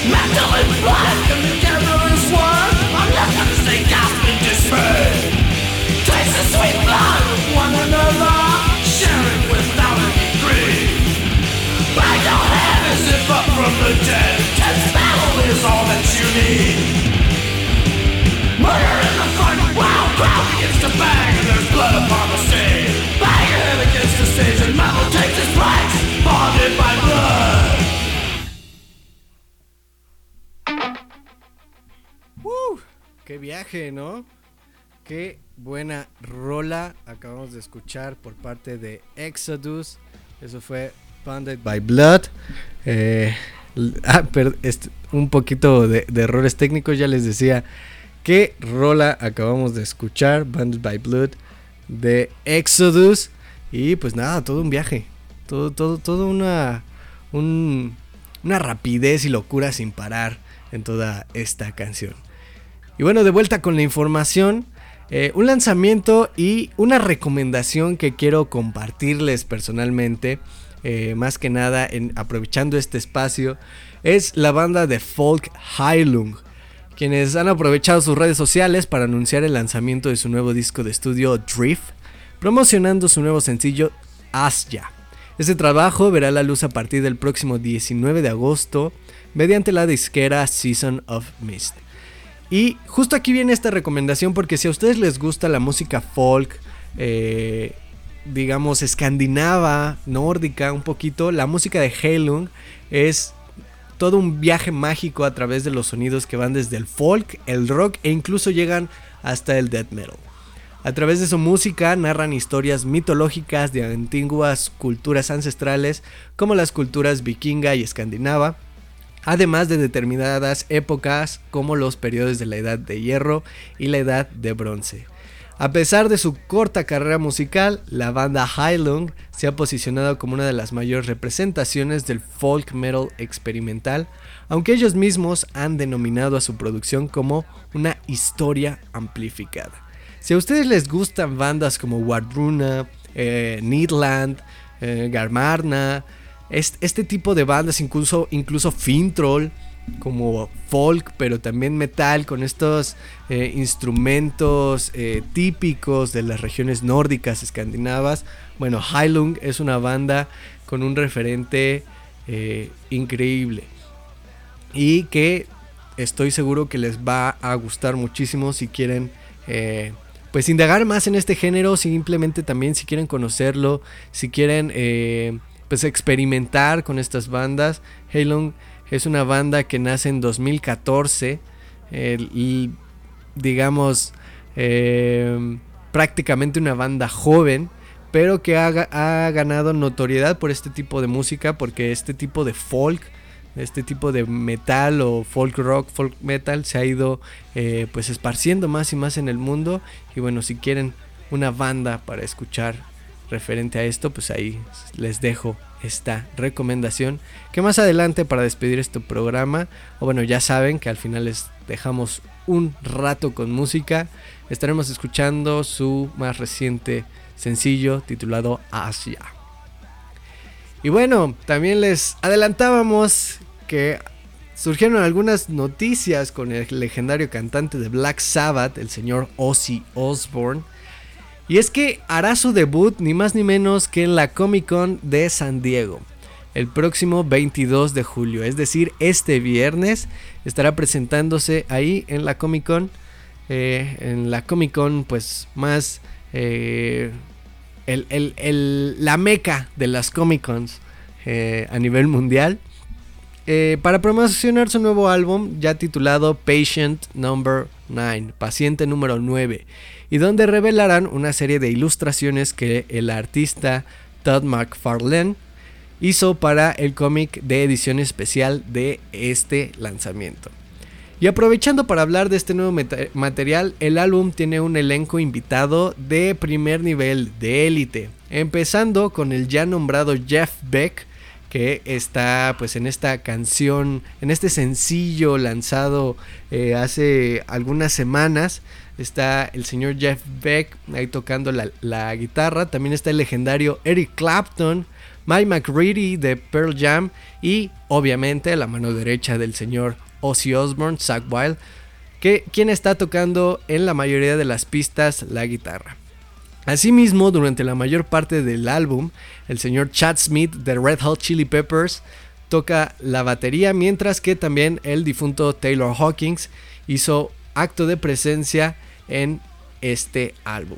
mentally blind. Come together as one, I'm not gonna stay gasped in despair. Taste the sweet blood of one another, sharing without any greed. Bang your head as if up from the dead. Tense battle is all that you need. Murder in the front, wild crowd begins to bang, and there's blood upon the stage. Bang your head against the stage, and metal takes its place, bonded by blood. ¡Qué viaje!, ¿no? Qué buena rola acabamos de escuchar por parte de Exodus. Eso fue Bonded by Blood. Un poquito de errores técnicos, ya les decía. ¿Qué rola acabamos de escuchar? Bonded by Blood de Exodus. Y pues nada, todo un viaje. Todo una rapidez y locura sin parar en toda esta canción. Y bueno, de vuelta con la información. Un lanzamiento y una recomendación que quiero compartirles personalmente. Más que nada, aprovechando este espacio, es la banda de folk Heilung, quienes han aprovechado sus redes sociales para anunciar el lanzamiento de su nuevo disco de estudio Drift, promocionando su nuevo sencillo Asya. Este trabajo verá la luz a partir del próximo 19 de agosto mediante la disquera Season of Mist. Y justo aquí viene esta recomendación, porque si a ustedes les gusta la música folk, digamos escandinava, nórdica un poquito, la música de Heilung es todo un viaje mágico a través de los sonidos que van desde el folk, el rock e incluso llegan hasta el death metal. A través de su música narran historias mitológicas de antiguas culturas ancestrales como las culturas vikinga y escandinava, además de determinadas épocas como los periodos de la Edad de Hierro y la Edad de Bronce. A pesar de su corta carrera musical, la banda Heilung se ha posicionado como una de las mayores representaciones del folk metal experimental, aunque ellos mismos han denominado a su producción como una historia amplificada. Si a ustedes les gustan bandas como Wardruna, Needland, Garmarna, este tipo de bandas, incluso Fintroll, como folk pero también metal, con estos instrumentos típicos de las regiones nórdicas escandinavas, bueno, Heilung es una banda con un referente increíble y que estoy seguro que les va a gustar muchísimo si quieren pues indagar más en este género, simplemente también si quieren conocerlo, si quieren pues experimentar con estas bandas. Heilung es una banda que nace en 2014 y digamos prácticamente una banda joven, pero que ha ganado notoriedad por este tipo de música, porque este tipo de folk, este tipo de metal o folk rock, folk metal se ha ido pues esparciendo más y más en el mundo. Y bueno, si quieren una banda para escuchar referente a esto, pues ahí les dejo esta recomendación, que más adelante, para despedir este programa, o bueno, ya saben que al final les dejamos un rato con música, estaremos escuchando su más reciente sencillo titulado Asya. Y bueno, también les adelantábamos que surgieron algunas noticias con el legendario cantante de Black Sabbath, el señor Ozzy Osbourne. Y es que hará su debut ni más ni menos que en la Comic Con de San Diego el próximo 22 de julio, es decir, este viernes estará presentándose ahí en la Comic Con, pues más la meca de las Comic Cons a nivel mundial, para promocionar su nuevo álbum ya titulado Patient Number 9, Paciente número 9, y donde revelarán una serie de ilustraciones que el artista Todd McFarlane hizo para el cómic de edición especial de este lanzamiento. Y aprovechando para hablar de este nuevo material, el álbum tiene un elenco invitado de primer nivel, de élite, empezando con el ya nombrado Jeff Beck, que está pues en esta canción, en este sencillo lanzado hace algunas semanas. Está el señor Jeff Beck ahí tocando la guitarra. También está el legendario Eric Clapton, Mike McCready de Pearl Jam y obviamente la mano derecha del señor Ozzy Osbourne, Zakk Wylde, quien está tocando en la mayoría de las pistas la guitarra. Asimismo, durante la mayor parte del álbum, el señor Chad Smith de Red Hot Chili Peppers toca la batería, mientras que también el difunto Taylor Hawkins hizo acto de presencia en este álbum.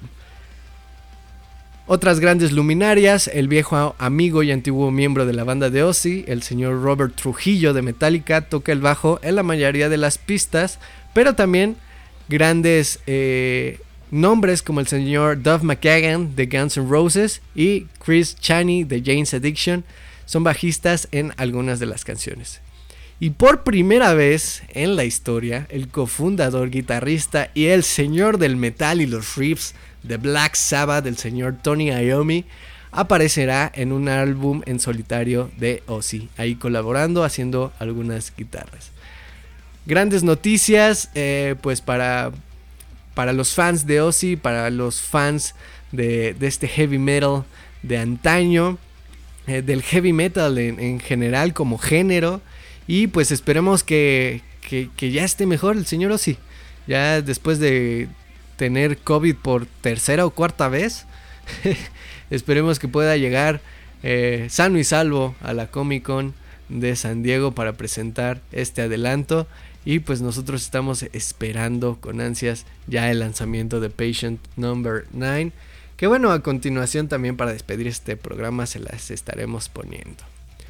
Otras grandes luminarias: el viejo amigo y antiguo miembro de la banda de Ozzy, el señor Robert Trujillo de Metallica, toca el bajo en la mayoría de las pistas, pero también grandes nombres como el señor Duff McKagan de Guns N' Roses y Chris Chaney de Jane's Addiction son bajistas en algunas de las canciones. Y por primera vez en la historia, el cofundador, guitarrista y el señor del metal y los riffs de Black Sabbath, el señor Tony Iommi, aparecerá en un álbum en solitario de Ozzy, ahí colaborando, haciendo algunas guitarras. Grandes noticias, pues para los fans de Ozzy, para los fans de este heavy metal de antaño, del heavy metal en general como género. Y pues esperemos que ya esté mejor el señor Ozzy, ya después de tener COVID por tercera o cuarta vez. Esperemos que pueda llegar sano y salvo a la Comic Con de San Diego para presentar este adelanto. Y pues nosotros estamos esperando con ansias ya el lanzamiento de Patient Number 9, que bueno, a continuación también para despedir este programa se las estaremos poniendo.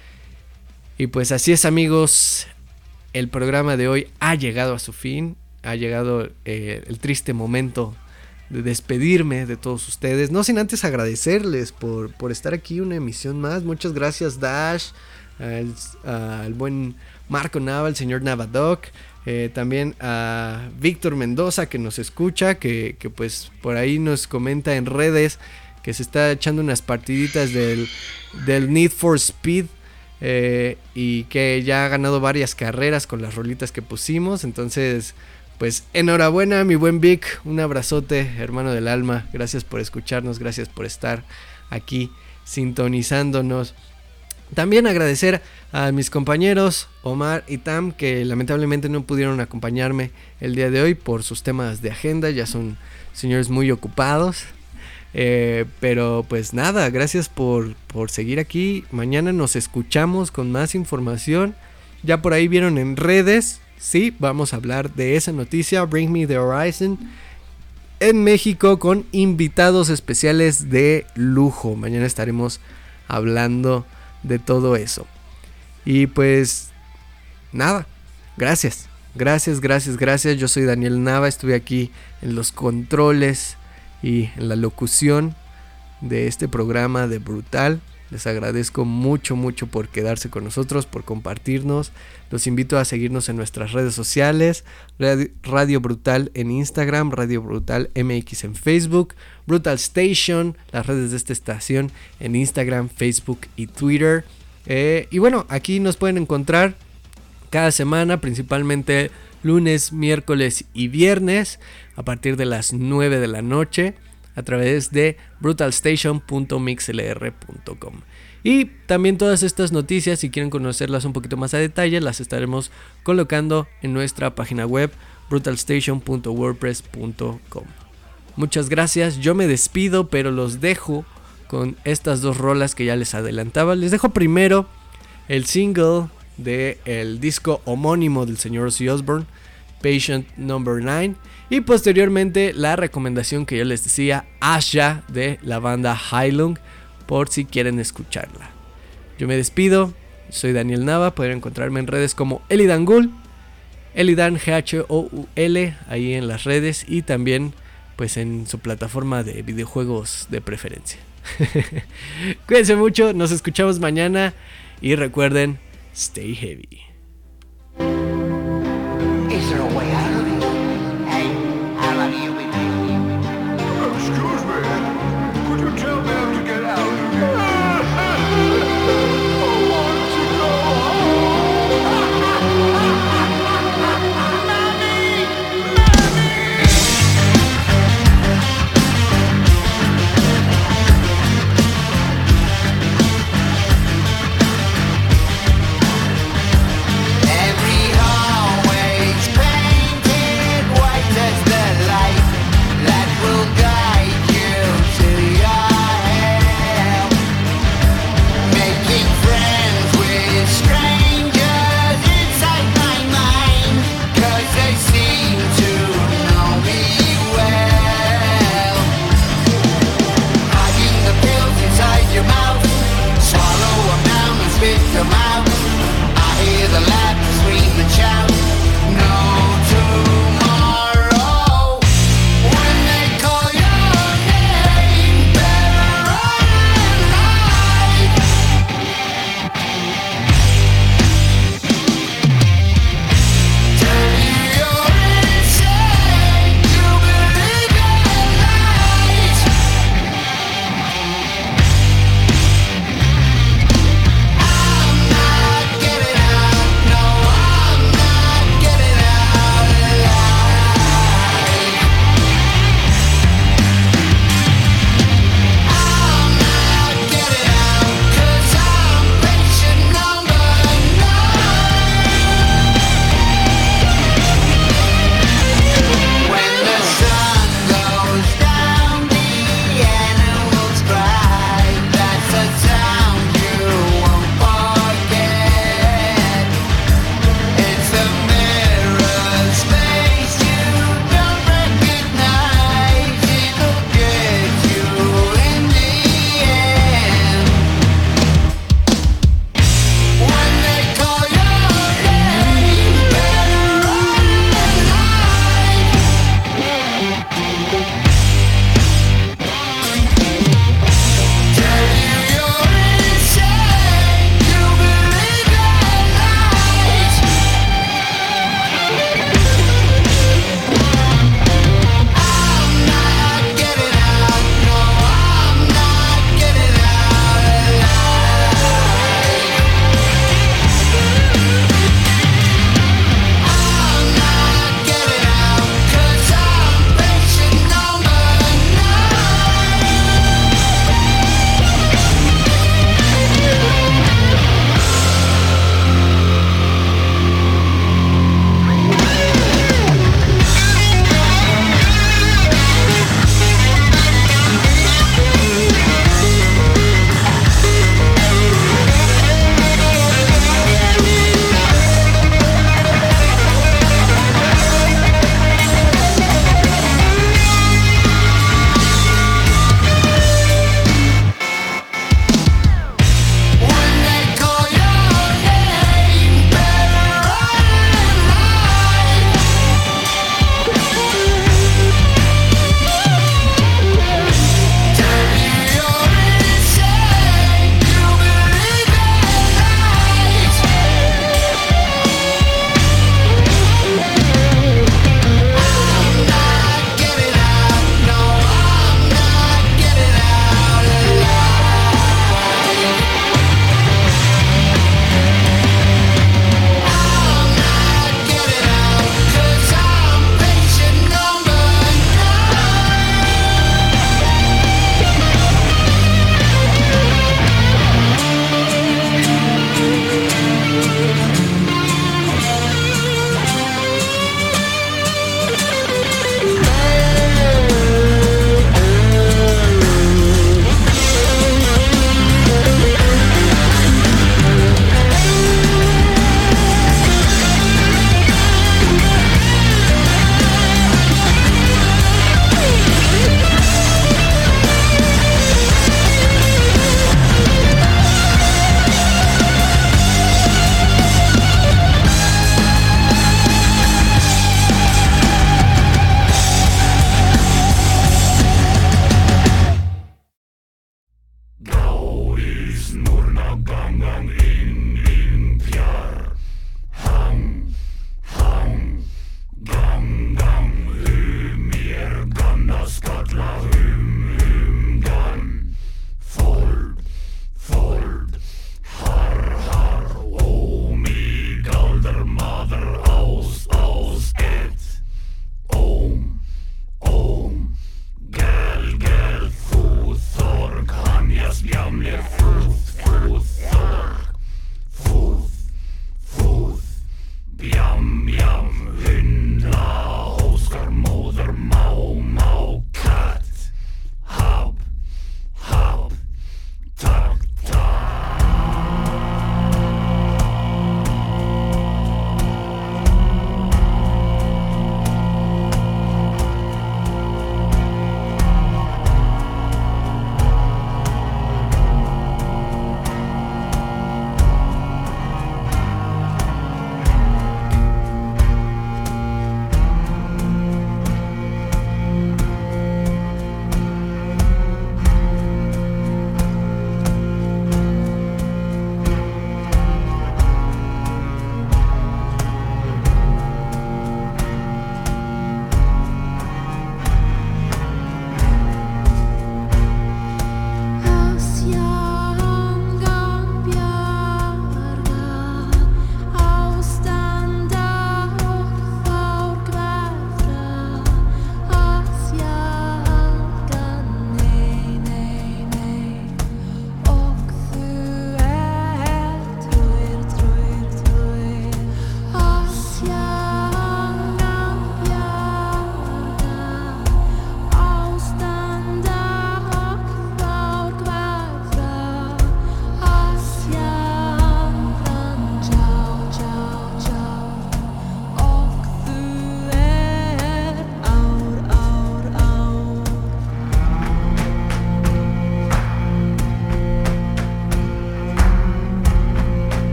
Y pues así es, amigos, el programa de hoy ha llegado a su fin. Ha llegado el triste momento de despedirme de todos ustedes, no sin antes agradecerles por estar aquí una emisión más. Muchas gracias, Dash, al buen Marco Nava, el señor Navadoc, también a Víctor Mendoza, que nos escucha, que pues por ahí nos comenta en redes que se está echando unas partiditas del Need for Speed, y que ya ha ganado varias carreras con las rolitas que pusimos. Entonces pues enhorabuena, mi buen Vic, un abrazote, hermano del alma, gracias por escucharnos, gracias por estar aquí sintonizándonos. También agradecer a mis compañeros Omar y Tam, que lamentablemente no pudieron acompañarme el día de hoy por sus temas de agenda, ya son señores muy ocupados. Pero pues nada, gracias por seguir aquí. Mañana nos escuchamos con más información. Ya por ahí vieron en redes, sí, vamos a hablar de esa noticia, Bring Me the Horizon, en México, con invitados especiales de lujo. Mañana estaremos hablando de todo eso. Y pues nada, gracias. Yo soy Daniel Nava, estuve aquí en los controles y en la locución de este programa de Brutal. Les agradezco mucho por quedarse con nosotros, por compartirnos. Los invito a seguirnos en nuestras redes sociales: Radio Brutal en Instagram, Radio Brutal MX en Facebook, Brutal Station, las redes de esta estación en Instagram, Facebook y Twitter. Y bueno, aquí nos pueden encontrar cada semana, principalmente lunes, miércoles y viernes, a partir de las 9 de la noche, a través de brutalstation.mixlr.com. Y también todas estas noticias, si quieren conocerlas un poquito más a detalle, las estaremos colocando en nuestra página web brutalstation.wordpress.com. Muchas gracias, yo me despido, pero los dejo con estas dos rolas que ya les adelantaba. Les dejo primero el single del disco homónimo del señor Ozzy Osbourne, Patient Number 9, y posteriormente la recomendación que yo les decía, Asha, de la banda Heilung, por si quieren escucharla. Yo me despido, soy Daniel Nava, pueden encontrarme en redes como Elidan Ghoul, Elidan GHOUL, ahí en las redes, y también pues en su plataforma de videojuegos de preferencia. Cuídense mucho, nos escuchamos mañana y recuerden, stay heavy. Is there a way out of it? Hey, how long have you been here? Excuse me. Could you tell them to get out of here? I want to go home.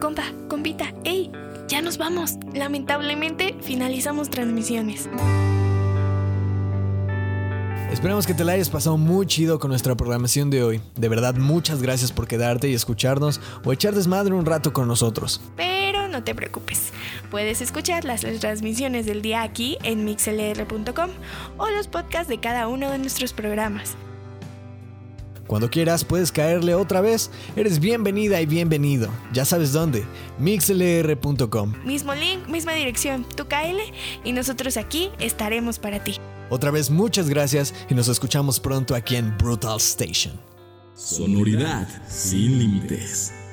compita, ¡ey! Ya nos vamos. Lamentablemente finalizamos transmisiones. Esperamos que te la hayas pasado muy chido con nuestra programación de hoy. De verdad, muchas gracias por quedarte y escucharnos o echar desmadre un rato con nosotros. Pero no te preocupes, puedes escuchar las transmisiones del día aquí en mixlr.com o los podcasts de cada uno de nuestros programas. Cuando quieras puedes caerle otra vez. Eres bienvenida y bienvenido. Ya sabes dónde, mixlr.com. Mismo link, misma dirección, tú cáele y nosotros aquí estaremos para ti. Otra vez muchas gracias y nos escuchamos pronto aquí en Brutal Station. Sonoridad sin límites.